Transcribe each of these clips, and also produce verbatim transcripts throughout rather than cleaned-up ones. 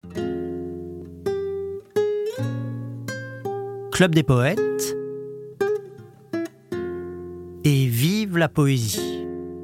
Club des poètes et vive la poésie.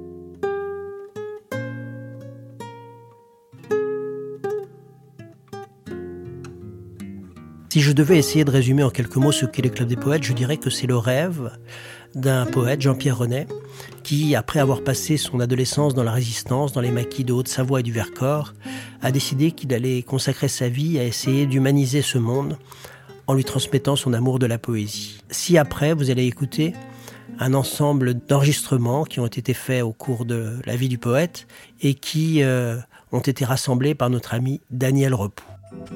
Si je devais essayer de résumer en quelques mots ce qu'est le Club des poètes, je dirais que c'est le rêve d'un poète, Jean-Pierre Renet, qui, après avoir passé son adolescence dans la Résistance, dans les maquis de Haute-Savoie et du Vercors, a décidé qu'il allait consacrer sa vie à essayer d'humaniser ce monde en lui transmettant son amour de la poésie. Si après, vous allez écouter un ensemble d'enregistrements qui ont été faits au cours de la vie du poète et qui euh, ont été rassemblés par notre ami Daniel Repoux.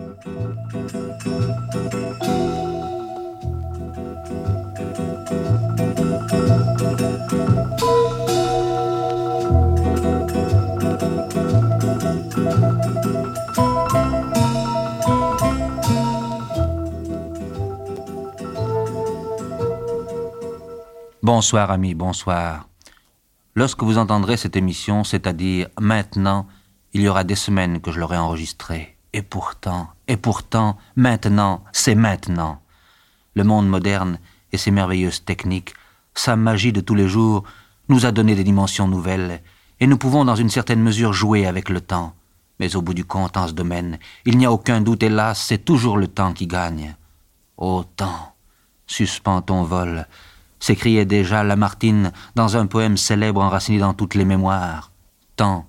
Bonsoir amis, bonsoir. Lorsque vous entendrez cette émission, c'est-à-dire maintenant, il y aura des semaines que je l'aurai enregistrée. Et pourtant, et pourtant, maintenant, c'est maintenant. Le monde moderne et ses merveilleuses techniques, sa magie de tous les jours, nous a donné des dimensions nouvelles, et nous pouvons dans une certaine mesure jouer avec le temps. Mais au bout du compte, en ce domaine, il n'y a aucun doute, hélas, c'est toujours le temps qui gagne. Ô temps, suspends ton vol, s'écriait déjà Lamartine dans un poème célèbre enraciné dans toutes les mémoires. Temps,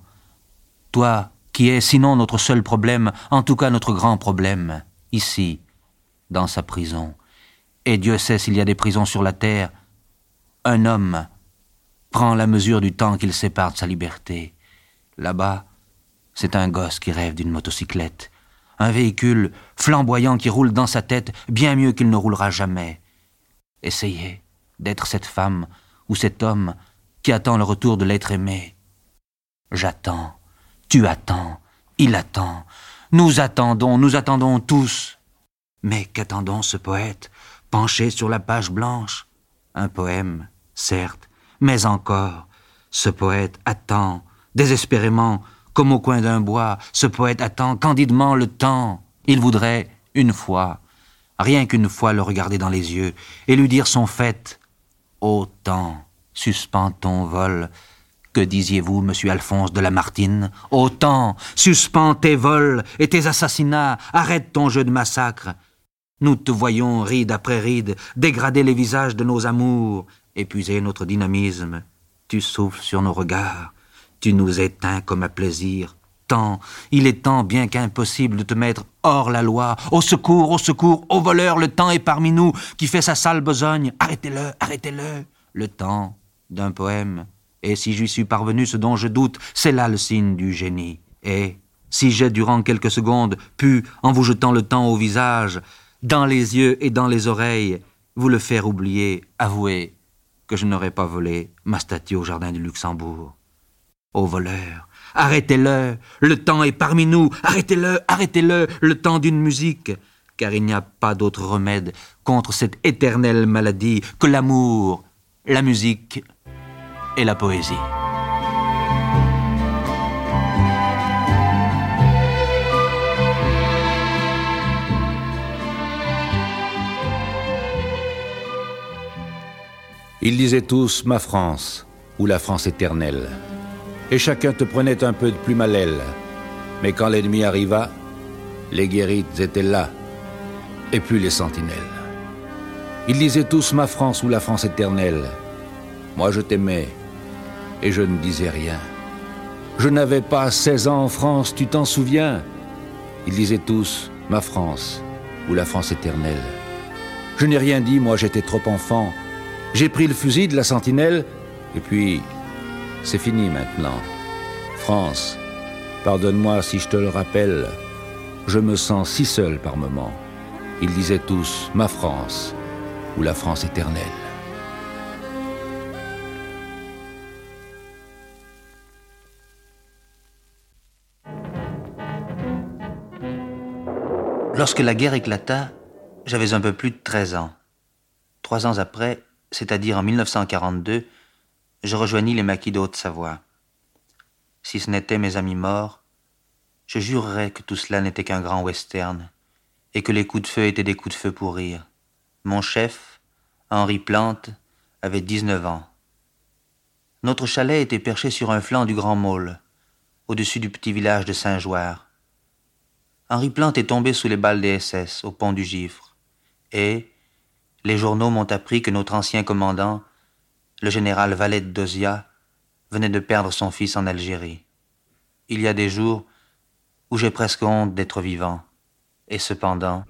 toi qui es sinon notre seul problème, en tout cas notre grand problème, ici, dans sa prison. Et Dieu sait s'il y a des prisons sur la terre. Un homme prend la mesure du temps qu'il sépare de sa liberté. Là-bas, c'est un gosse qui rêve d'une motocyclette, un véhicule flamboyant qui roule dans sa tête bien mieux qu'il ne roulera jamais. Essayez d'être cette femme ou cet homme qui attend le retour de l'être aimé. J'attends, tu attends, il attend, nous attendons, nous attendons tous. Mais qu'attendons ce poète, penché sur la page blanche? Un poème, certes, mais encore, ce poète attend, désespérément, comme au coin d'un bois, ce poète attend candidement le temps. Il voudrait, une fois, rien qu'une fois le regarder dans les yeux et lui dire son fait. Ô temps, suspends ton vol. Que disiez-vous, monsieur Alphonse de Lamartine? Ô temps, suspends tes vols et tes assassinats, arrête ton jeu de massacre. Nous te voyons, ride après ride, dégrader les visages de nos amours, épuiser notre dynamisme. Tu souffles sur nos regards, tu nous éteins comme à plaisir. Temps, il est temps, bien qu'impossible, de te mettre hors la loi. Au secours, au secours, au voleur, le temps est parmi nous, qui fait sa sale besogne. Arrêtez-le, arrêtez-le. Le temps d'un poème. Et si j'y suis parvenu, ce dont je doute, c'est là le signe du génie. Et si j'ai, durant quelques secondes, pu, en vous jetant le temps au visage, dans les yeux et dans les oreilles, vous le faire oublier, avouez que je n'aurais pas volé ma statue au jardin du Luxembourg. Ô voleur, arrêtez-le, le temps est parmi nous, arrêtez-le, arrêtez-le, le temps d'une musique, car il n'y a pas d'autre remède contre cette éternelle maladie que l'amour, la musique et la poésie. Ils disaient tous « ma France » ou « la France éternelle ». Et chacun te prenait un peu de plume à l'aile. Mais quand l'ennemi arriva, les guérites étaient là, et plus les sentinelles. Ils disaient tous « ma France » ou « la France éternelle ». Moi je t'aimais, et je ne disais rien. Je n'avais pas seize ans en France, tu t'en souviens? Ils disaient tous « ma France » ou « la France éternelle ». Je n'ai rien dit, moi j'étais trop enfant. J'ai pris le fusil de la sentinelle, et puis... c'est fini maintenant. France, pardonne-moi si je te le rappelle, je me sens si seul par moments. Ils disaient tous « ma France » ou « la France éternelle ». Lorsque la guerre éclata, j'avais un peu plus de treize ans. Trois ans après, c'est-à-dire en mille neuf cent quarante-deux, je rejoignis les maquis de Haute-Savoie. Si ce n'étaient mes amis morts, Je jurerais que tout cela n'était qu'un grand western, et que les coups de feu étaient des coups de feu pour rire. Mon chef, Henri Plante, avait dix-neuf ans. Notre chalet était perché sur un flanc du Grand Môle, au-dessus du petit village de Saint-Jouard. Henri Plante est tombé sous les balles des S S au pont du Gifre, et les journaux m'ont appris que notre ancien commandant, le général Valette d'Ozia, venait de perdre son fils en Algérie. Il y a des jours où j'ai presque honte d'être vivant, et cependant...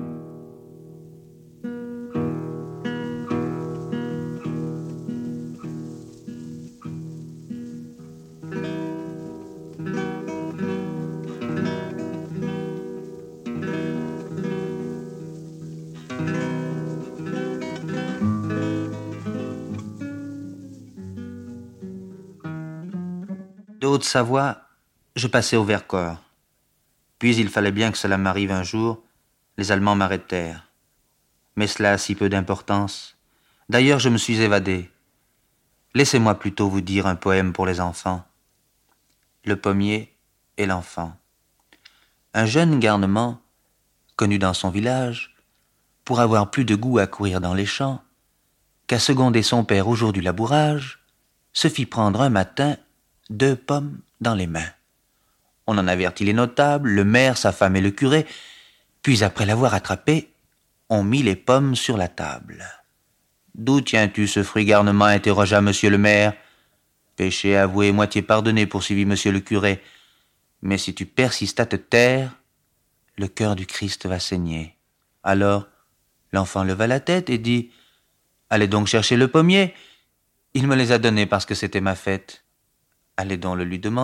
De Haute-Savoie, je passais au Vercors. Puis il fallait bien que cela m'arrive un jour, les Allemands m'arrêtèrent. Mais cela a si peu d'importance. D'ailleurs, je me suis évadé. Laissez-moi plutôt vous dire un poème pour les enfants. Le pommier et l'enfant. Un jeune garnement, connu dans son village, pour avoir plus de goût à courir dans les champs, qu'à seconder son père au jour du labourage, se fit prendre un matin deux pommes dans les mains. On en avertit les notables, le maire, sa femme et le curé, puis après l'avoir attrapé, on mit les pommes sur la table. « D'où tiens-tu ce fruit garnement ?» interrogea monsieur le maire. « Péché avoué, moitié pardonné, poursuivit monsieur le curé. Mais si tu persistes à te taire, le cœur du Christ va saigner. » Alors, l'enfant leva la tête et dit « Allez donc chercher le pommier. Il me les a donnés parce que c'était ma fête. Allez donc le lui demander. »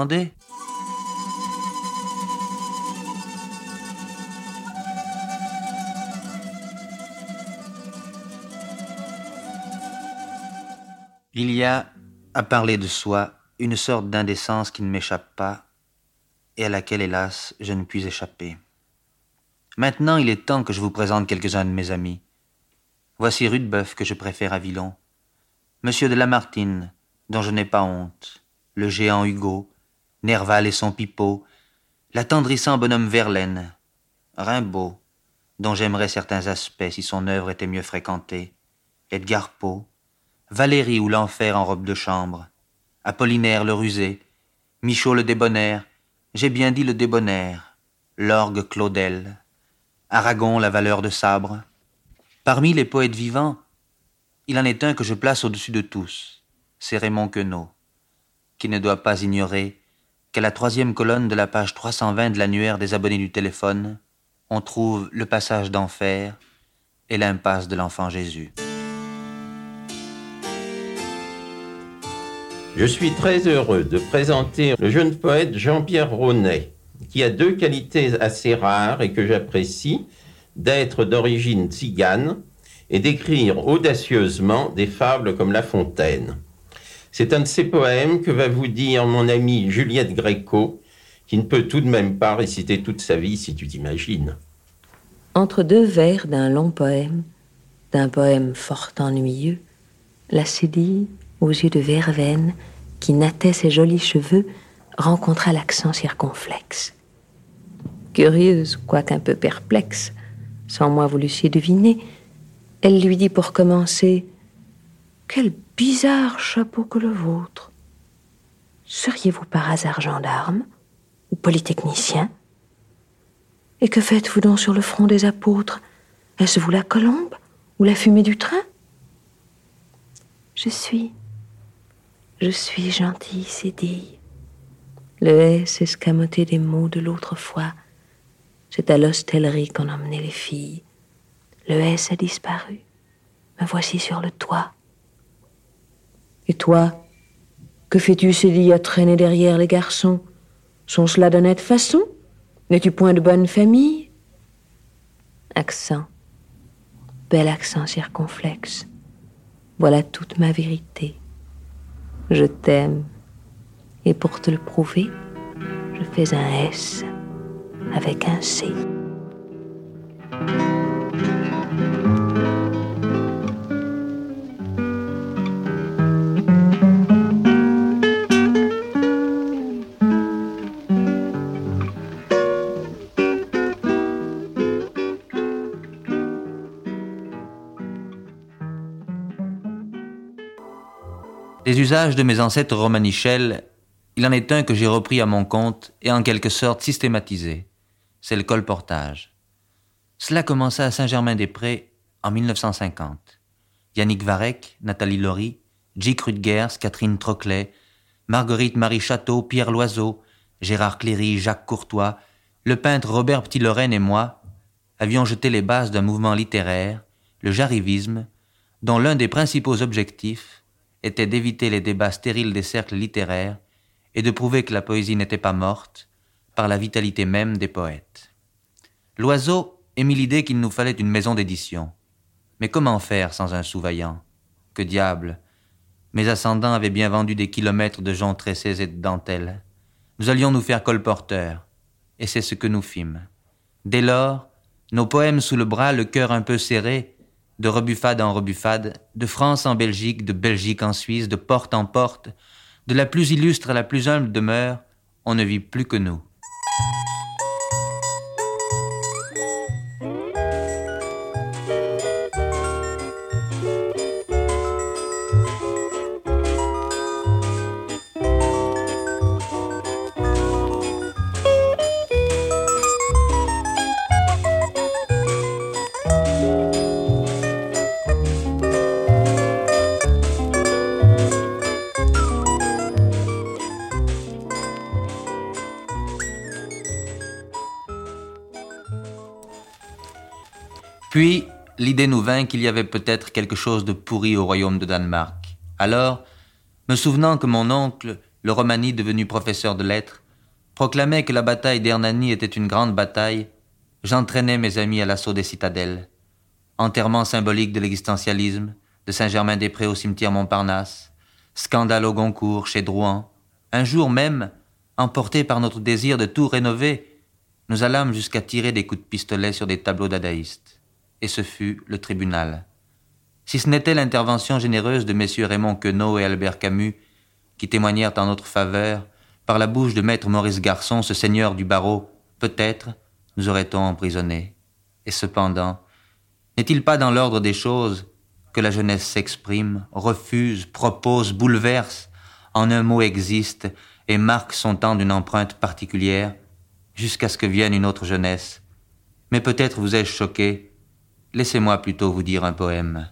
Il y a, à parler de soi, une sorte d'indécence qui ne m'échappe pas et à laquelle, hélas, je ne puis échapper. Maintenant, il est temps que je vous présente quelques-uns de mes amis. Voici Rudebeuf, que je préfère à Villon. Monsieur de Lamartine, dont je n'ai pas honte. Le géant Hugo, Nerval et son pipeau, l'attendrissant bonhomme Verlaine, Rimbaud, dont j'aimerais certains aspects si son œuvre était mieux fréquentée, Edgar Poe, Valérie ou l'enfer en robe de chambre, Apollinaire le rusé, Michaud le débonnaire, j'ai bien dit le débonnaire, l'orgue Claudel, Aragon la valeur de sabre. Parmi les poètes vivants, il en est un que je place au-dessus de tous, c'est Raymond Queneau, qui ne doit pas ignorer qu'à la troisième colonne de la page trois cent vingt de l'annuaire des abonnés du téléphone, on trouve le passage d'enfer et l'impasse de l'enfant Jésus. Je suis très heureux de présenter le jeune poète Jean-Pierre Ronet, qui a deux qualités assez rares et que j'apprécie, d'être d'origine tzigane et d'écrire audacieusement des fables comme La Fontaine. C'est un de ces poèmes que va vous dire mon amie Juliette Gréco, qui ne peut tout de même pas réciter toute sa vie, si tu t'imagines. Entre deux vers d'un long poème, d'un poème fort ennuyeux, la Cédille, aux yeux de verveine, qui nattait ses jolis cheveux, rencontra l'accent circonflexe. Curieuse, quoiqu'un peu perplexe, sans moi vous l'eussiez deviné, elle lui dit pour commencer « Quel bizarre chapeau que le vôtre. Seriez-vous par hasard gendarme ou polytechnicien? Et que faites-vous donc sur le front des apôtres? Est-ce vous la colombe ou la fumée du train? Je suis, je suis gentille Cédille. Le S escamoté des mots de l'autre fois. C'est à l'hostellerie qu'on emmenait les filles. Le S a disparu. Me voici sur le toit. Et toi, que fais-tu, Cédille, à traîner derrière les garçons? Sont-ce là d'honnête façon? N'es-tu point de bonne famille? Accent, bel accent circonflexe. Voilà toute ma vérité. Je t'aime, et pour te le prouver, je fais un S avec un C. Des usages de mes ancêtres romanichels, il en est un que j'ai repris à mon compte et en quelque sorte systématisé. C'est le colportage. Cela commença à Saint-Germain-des-Prés en mille neuf cent cinquante. Yannick Varec, Nathalie Laurie, J. Rutgers, Catherine Troclet, Marguerite Marie Château, Pierre Loiseau, Gérard Cléry, Jacques Courtois, le peintre Robert Petit-Lorraine et moi avions jeté les bases d'un mouvement littéraire, le jarivisme, dont l'un des principaux objectifs était d'éviter les débats stériles des cercles littéraires et de prouver que la poésie n'était pas morte par la vitalité même des poètes. Loiseau émit l'idée qu'il nous fallait une maison d'édition. Mais comment faire sans un sous-vaillant? Que diable! Mes ascendants avaient bien vendu des kilomètres de joncs tressés et de dentelles. Nous allions nous faire colporteurs, et c'est ce que nous fîmes. Dès lors, nos poèmes sous le bras, le cœur un peu serré, de rebuffade en rebuffade, de France en Belgique, de Belgique en Suisse, de porte en porte, de la plus illustre à la plus humble demeure, on ne vit plus que nous. Puis, l'idée nous vint qu'il y avait peut-être quelque chose de pourri au royaume de Danemark. Alors, me souvenant que mon oncle, le Romani devenu professeur de lettres, proclamait que la bataille d'Hernani était une grande bataille, j'entraînais mes amis à l'assaut des citadelles. Enterrement symbolique de l'existentialisme, de Saint-Germain-des-Prés au cimetière Montparnasse, scandale au Goncourt, chez Drouin. Un jour même, emportés par notre désir de tout rénover, nous allâmes jusqu'à tirer des coups de pistolet sur des tableaux dadaïstes. Et ce fut le tribunal. Si ce n'était l'intervention généreuse de messieurs Raymond Queneau et Albert Camus, qui témoignèrent en notre faveur, par la bouche de maître Maurice Garçon, ce seigneur du barreau, peut-être nous aurait-on emprisonnés. Et cependant, n'est-il pas dans l'ordre des choses que la jeunesse s'exprime, refuse, propose, bouleverse, en un mot existe et marque son temps d'une empreinte particulière, jusqu'à ce que vienne une autre jeunesse. Mais peut-être vous ai-je choqué. Laissez-moi plutôt vous dire un poème.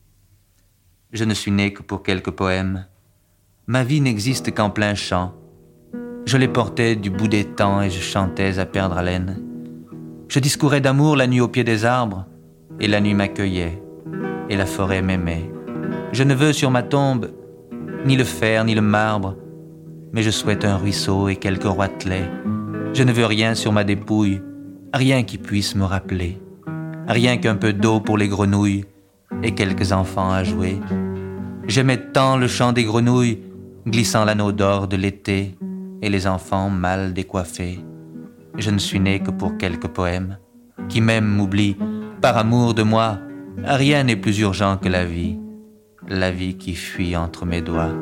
Je ne suis né que pour quelques poèmes. Ma vie n'existe qu'en plein chant. Je les portais du bout des temps et je chantais à perdre haleine. Je discourais d'amour la nuit au pied des arbres, et la nuit m'accueillait, et la forêt m'aimait. Je ne veux sur ma tombe ni le fer ni le marbre, mais je souhaite un ruisseau et quelques roitelets. Je ne veux rien sur ma dépouille, rien qui puisse me rappeler. Rien qu'un peu d'eau pour les grenouilles et quelques enfants à jouer. J'aimais tant le chant des grenouilles, glissant l'anneau d'or de l'été, et les enfants mal décoiffés. Je ne suis né que pour quelques poèmes, qui même m'oublient, par amour de moi. Rien n'est plus urgent que la vie, la vie qui fuit entre mes doigts.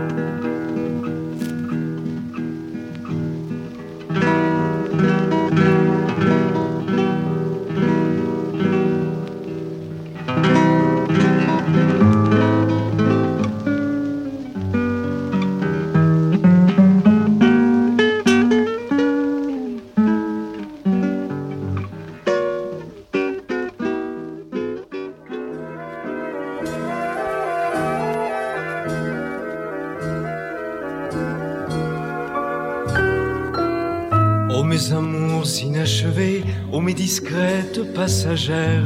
Ô mes amours inachevés, ô mes discrètes passagères,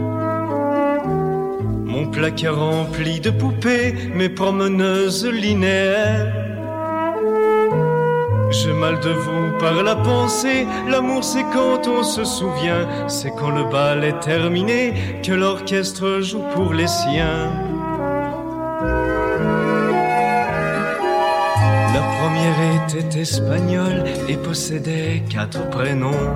mon placard rempli de poupées, mes promeneuses linéaires. J'ai mal de vous par la pensée, l'amour c'est quand on se souvient, c'est quand le bal est terminé, que l'orchestre joue pour les siens. La première était espagnole et possédait quatre prénoms.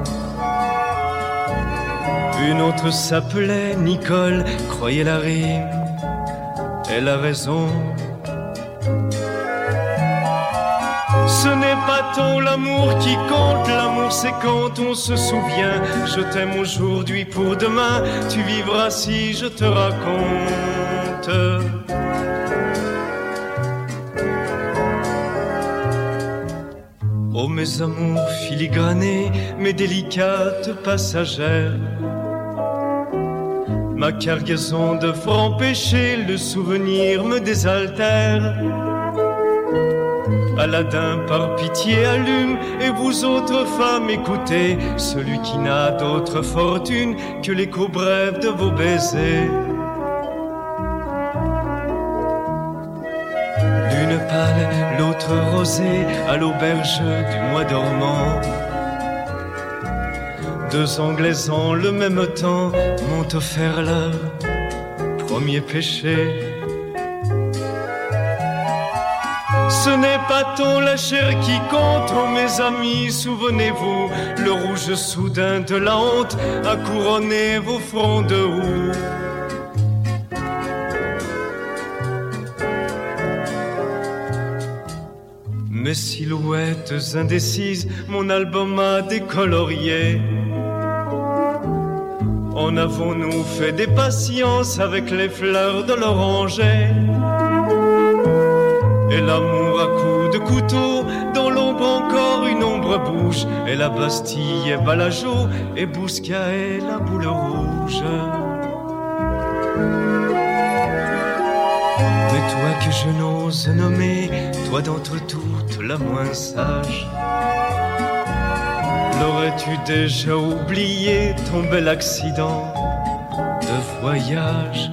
Une autre s'appelait Nicole, croyez la rime, elle a raison. Ce n'est pas tant l'amour qui compte, l'amour c'est quand on se souvient. Je t'aime aujourd'hui pour demain, tu vivras si je te raconte. Oh mes amours filigranés, mes délicates passagères, ma cargaison de francs péchés, le souvenir me désaltère. Aladin par pitié allume, et vous autres femmes écoutez, celui qui n'a d'autre fortune que l'écho bref de vos baisers. L'une pâle, l'autre rosée, à l'auberge du mois dormant. Deux Anglais en le même temps m'ont offert leur premier péché. Ce n'est pas tant la chair qui compte, oh mes amis, souvenez-vous, le rouge soudain de la honte a couronné vos fronts de houx. Mes silhouettes indécises, mon album a décolorié. En avons-nous fait des patiences avec les fleurs de l'oranger? Et l'amour à coups de couteau, dans l'ombre encore une ombre bouge. Et la Bastille est Balageau, et Bousca est la boule rouge. Mais toi que je n'ose nommer, toi d'entre toutes la moins sage, l'aurais-tu déjà oublié ton bel accident de voyage?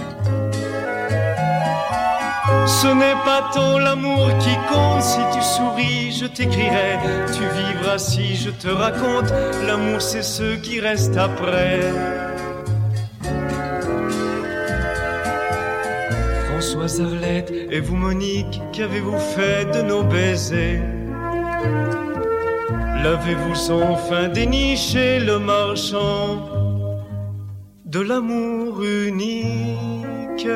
Ce n'est pas tant l'amour qui compte, si tu souris je t'écrirai, tu vivras si je te raconte, l'amour c'est ce qui reste après. Françoise Arlette et vous Monique, qu'avez-vous fait de nos baisers? L'avez-vous enfin déniché le marchand de l'amour unique?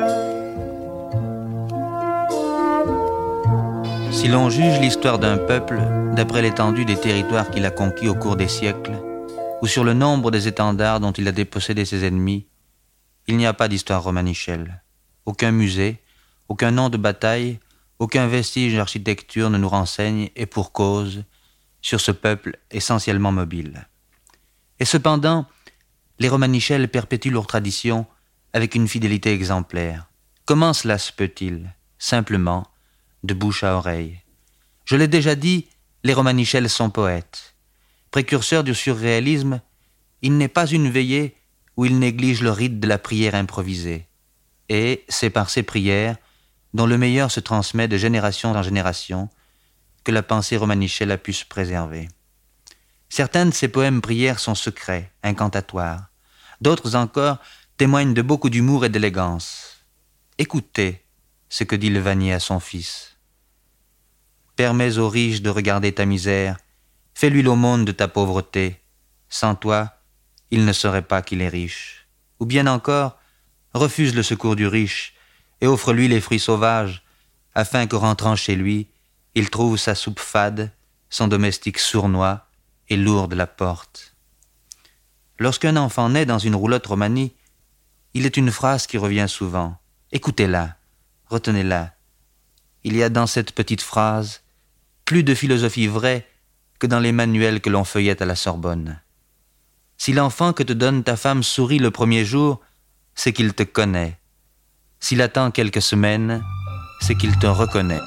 Si l'on juge l'histoire d'un peuple d'après l'étendue des territoires qu'il a conquis au cours des siècles, ou sur le nombre des étendards dont il a dépossédé ses ennemis, il n'y a pas d'histoire romanichelle. Aucun musée, aucun nom de bataille, aucun vestige d'architecture ne nous renseigne, et pour cause, sur ce peuple essentiellement mobile. Et cependant, les Romanichels perpétuent leur tradition avec une fidélité exemplaire. Comment cela se peut-il? Simplement, de bouche à oreille. Je l'ai déjà dit, les Romanichels sont poètes. Précurseurs du surréalisme, il n'est pas une veillée où ils négligent le rite de la prière improvisée. Et c'est par ces prières, dont le meilleur se transmet de génération en génération, que la pensée romanichelle a pu se préserver. Certains de ces poèmes-prières sont secrets, incantatoires. D'autres encore témoignent de beaucoup d'humour et d'élégance. Écoutez ce que dit le vannier à son fils. Permets aux riches de regarder ta misère, fais-lui l'aumône de ta pauvreté. Sans toi, il ne saurait pas qu'il est riche. Ou bien encore, refuse le secours du riche et offre-lui les fruits sauvages, afin que rentrant chez lui, il trouve sa soupe fade, son domestique sournois et lourd de la porte. Lorsqu'un enfant naît dans une roulotte romanie, il est une phrase qui revient souvent. Écoutez-la, retenez-la. Il y a dans cette petite phrase plus de philosophie vraie que dans les manuels que l'on feuillette à la Sorbonne. Si l'enfant que te donne ta femme sourit le premier jour, c'est qu'il te connaît. S'il attend quelques semaines, c'est qu'il te reconnaît.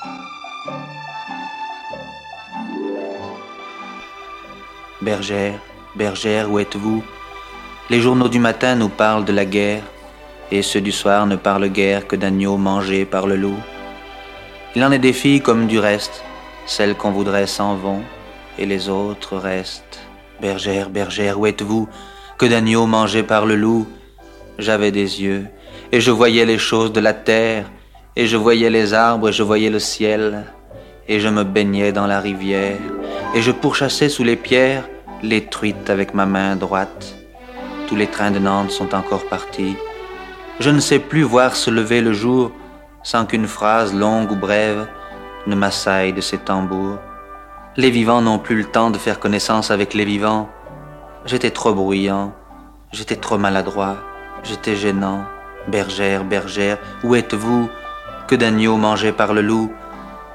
Bergère, bergère, où êtes-vous? Les journaux du matin nous parlent de la guerre, et ceux du soir ne parlent guère que d'agneaux mangés par le loup. Il en est des filles comme du reste, celles qu'on voudrait s'en vont, et les autres restent. Bergère, bergère, où êtes-vous? Que d'agneaux mangés par le loup. J'avais des yeux, et je voyais les choses de la terre, et je voyais les arbres, et je voyais le ciel, et je me baignais dans la rivière, et je pourchassais sous les pierres les truites avec ma main droite. Tous les trains de Nantes sont encore partis. Je ne sais plus voir se lever le jour sans qu'une phrase longue ou brève ne m'assaille de ses tambours. Les vivants n'ont plus le temps de faire connaissance avec les vivants. J'étais trop bruyant, j'étais trop maladroit, j'étais gênant. Bergère, bergère, où êtes-vous? Que d'agneaux mangés par le loup.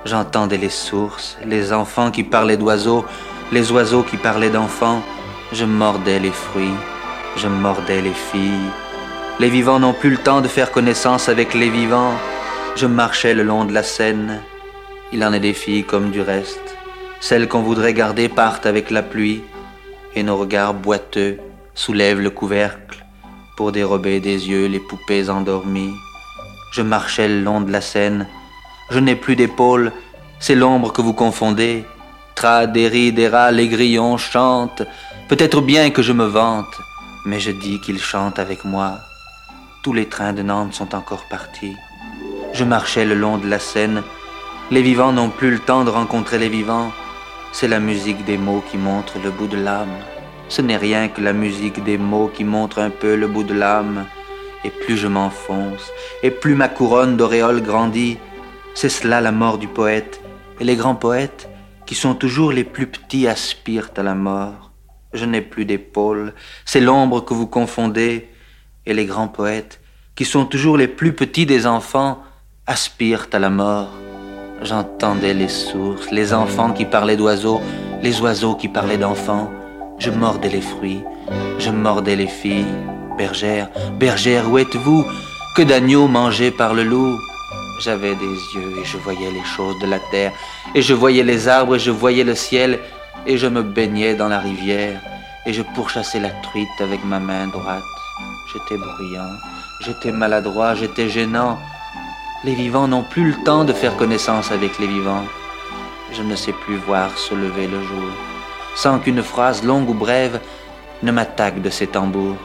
J'entendais les sources, les enfants qui parlaient d'oiseaux, les oiseaux qui parlaient d'enfants. Je mordais les fruits, je mordais les filles. Les vivants n'ont plus le temps de faire connaissance avec les vivants. Je marchais le long de la Seine. Il en est des filles comme du reste. Celles qu'on voudrait garder partent avec la pluie. Et nos regards boiteux soulèvent le couvercle pour dérober des yeux les poupées endormies. Je marchais le long de la Seine. Je n'ai plus d'épaule, c'est l'ombre que vous confondez. Tra, déri, déra, les grillons chantent. Peut-être bien que je me vante, mais je dis qu'ils chantent avec moi. Tous les trains de Nantes sont encore partis. Je marchais le long de la Seine. Les vivants n'ont plus le temps de rencontrer les vivants. C'est la musique des mots qui montre le bout de l'âme. Ce n'est rien que la musique des mots qui montre un peu le bout de l'âme. Et plus je m'enfonce, et plus ma couronne d'auréole grandit. C'est cela la mort du poète. Et les grands poètes, qui sont toujours les plus petits, aspirent à la mort. Je n'ai plus d'épaule, c'est l'ombre que vous confondez. Et les grands poètes, qui sont toujours les plus petits des enfants, aspirent à la mort. J'entendais les sources, les enfants qui parlaient d'oiseaux, les oiseaux qui parlaient d'enfants. Je mordais les fruits, je mordais les filles. Bergère, bergère, où êtes-vous? Que d'agneaux mangés par le loup? J'avais des yeux et je voyais les choses de la terre, et je voyais les arbres et je voyais le ciel, et je me baignais dans la rivière, et je pourchassais la truite avec ma main droite. J'étais bruyant, j'étais maladroit, j'étais gênant. Les vivants n'ont plus le temps de faire connaissance avec les vivants. Je ne sais plus voir se lever le jour, sans qu'une phrase longue ou brève ne m'attaque de ces tambours.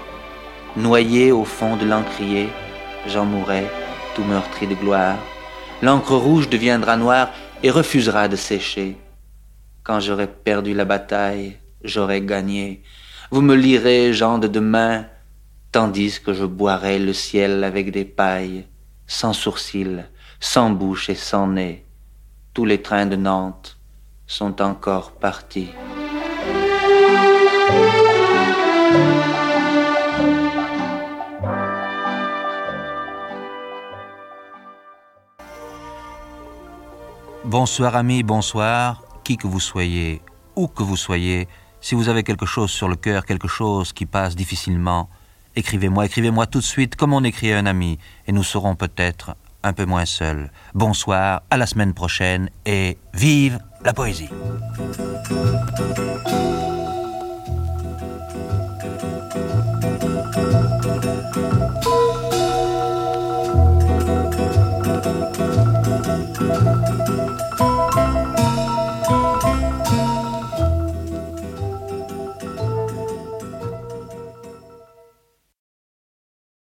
Noyé au fond de l'encrier, j'en mourrai, tout meurtri de gloire. L'encre rouge deviendra noire et refusera de sécher. Quand j'aurai perdu la bataille, j'aurai gagné. Vous me lirez, gens de demain, tandis que je boirai le ciel avec des pailles, sans sourcils, sans bouche et sans nez. Tous les trains de Nantes sont encore partis. Bonsoir amis, bonsoir, qui que vous soyez, où que vous soyez, si vous avez quelque chose sur le cœur, quelque chose qui passe difficilement, écrivez-moi, écrivez-moi tout de suite comme on écrit à un ami, et nous serons peut-être un peu moins seuls. Bonsoir, à la semaine prochaine, et vive la poésie!